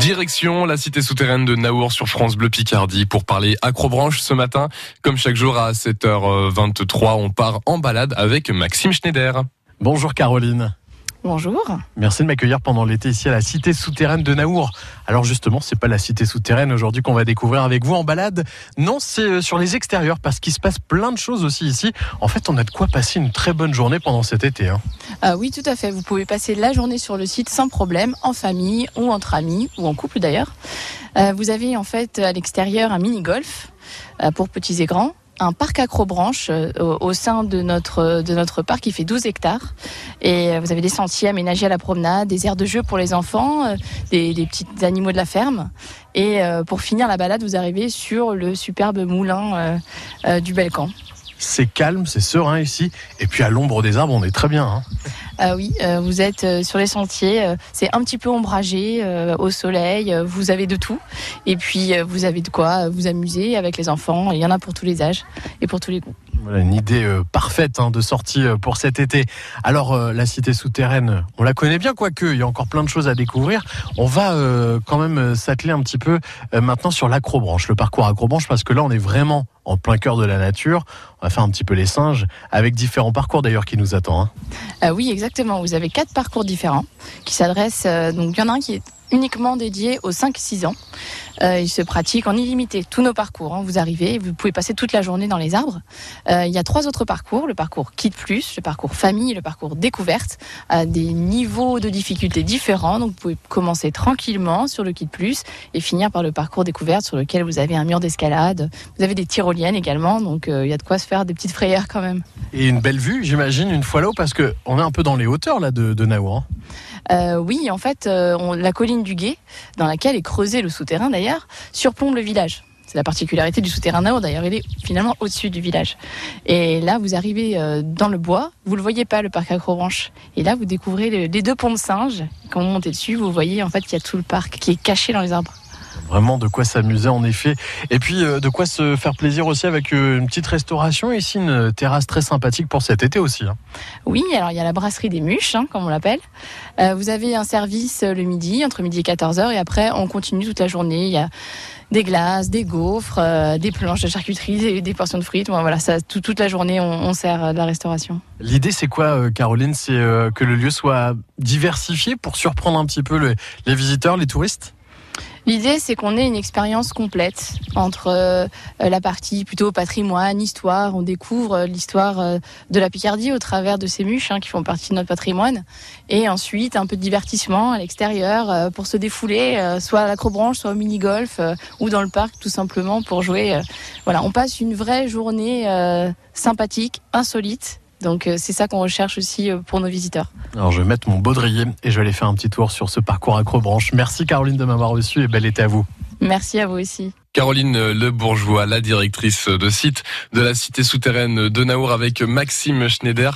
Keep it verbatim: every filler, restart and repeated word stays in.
Direction la cité souterraine de Naour sur France Bleu Picardie pour parler accrobranche ce matin. Comme chaque jour à sept heures vingt-trois, on part en balade avec Maxime Schneider. Bonjour Caroline. Bonjour. Merci de m'accueillir pendant l'été ici à la cité souterraine de Naour. Alors justement, c'est pas la cité souterraine aujourd'hui qu'on va découvrir avec vous en balade. Non, c'est sur les extérieurs parce qu'il se passe plein de choses aussi ici. En fait, on a de quoi passer une très bonne journée pendant cet été. Hein. Ah oui, tout à fait. Vous pouvez passer la journée sur le site sans problème, en famille ou entre amis ou en couple d'ailleurs. Euh, vous avez en fait à l'extérieur un mini-golf euh, pour petits et grands. Un parc accrobranche euh, au, au sein de notre, de notre parc qui fait douze hectares. Et vous avez des sentiers aménagés à la promenade, des aires de jeu pour les enfants, euh, des, des petits animaux de la ferme. Et euh, pour finir la balade, vous arrivez sur le superbe moulin euh, euh, du Belcan. C'est calme, c'est serein ici. Et puis à l'ombre des arbres, on est très bien. Hein. Ah oui, euh, vous êtes euh, sur les sentiers, euh, c'est un petit peu ombragé, euh, au soleil, euh, vous avez de tout. Et puis euh, vous avez de quoi vous amuser avec les enfants. Il y en a pour tous les âges et pour tous les goûts. Voilà une idée euh, parfaite hein, de sortie euh, pour cet été. Alors euh, la cité souterraine, on la connaît bien, quoique il y a encore plein de choses à découvrir. On va euh, quand même euh, s'atteler un petit peu euh, maintenant sur l'acrobranche, le parcours acrobranche, parce que là on est vraiment en plein cœur de la nature. On va faire un petit peu les singes, avec différents parcours d'ailleurs qui nous attendent. Hein. Euh, oui, exactement. Vous avez quatre parcours différents qui s'adressent. Euh, donc il y en a un qui est uniquement dédié aux cinq six ans. Euh, il se pratique en illimité, tous nos parcours. Hein. Vous arrivez, vous pouvez passer toute la journée dans les arbres. Euh, il y a trois autres parcours, le parcours Kid Plus, le parcours Famille et le parcours Découverte, à des niveaux de difficulté différents. Donc vous pouvez commencer tranquillement sur le Kid Plus et finir par le parcours Découverte sur lequel vous avez un mur d'escalade. Vous avez des tyroliennes également, donc euh, il y a de quoi se faire des petites frayeurs quand même. Et une belle vue, j'imagine, une fois là-haut, parce qu'on est un peu dans les hauteurs là, de, de Naour. Hein. Euh, oui, en fait, euh, on, la colline du Guet, dans laquelle est creusé le souterrain d'ailleurs, surplombe le village. C'est la particularité du souterrain Naour, d'ailleurs, il est finalement au-dessus du village. Et là, vous arrivez euh, dans le bois, vous ne le voyez pas, le parc accrobranche. Et là, vous découvrez le, les deux ponts de singes. Quand vous montez dessus, vous voyez en fait qu'il y a tout le parc qui est caché dans les arbres. Vraiment de quoi s'amuser en effet. Et puis euh, de quoi se faire plaisir aussi avec euh, une petite restauration. Ici, une terrasse très sympathique pour cet été aussi. Hein. Oui, alors il y a la brasserie des Muches, hein, comme on l'appelle. Euh, vous avez un service le midi, entre midi et quatorze heures. Et après, on continue toute la journée. Il y a des glaces, des gaufres, euh, des planches de charcuterie, des, des portions de frites. Bon, voilà, ça, tout, toute la journée, on, on sert de la restauration. L'idée, c'est quoi, euh, Caroline ? C'est euh, que le lieu soit diversifié pour surprendre un petit peu le, les visiteurs, les touristes ? L'idée, c'est qu'on ait une expérience complète entre euh, la partie plutôt patrimoine, histoire. On découvre l'histoire euh, de la Picardie au travers de ces muches hein, qui font partie de notre patrimoine. Et ensuite, un peu de divertissement à l'extérieur euh, pour se défouler, euh, soit à l'acrobranche, soit au mini-golf euh, ou dans le parc, tout simplement pour jouer. Euh, voilà, on passe une vraie journée euh, sympathique, insolite. Donc c'est ça qu'on recherche aussi pour nos visiteurs. Alors je vais mettre mon baudrier et je vais aller faire un petit tour sur ce parcours accrobranche. Merci Caroline de m'avoir reçu et bel été à vous. Merci à vous aussi. Caroline Le Bourgeois, la directrice de site de la cité souterraine de Naour avec Maxime Schneider.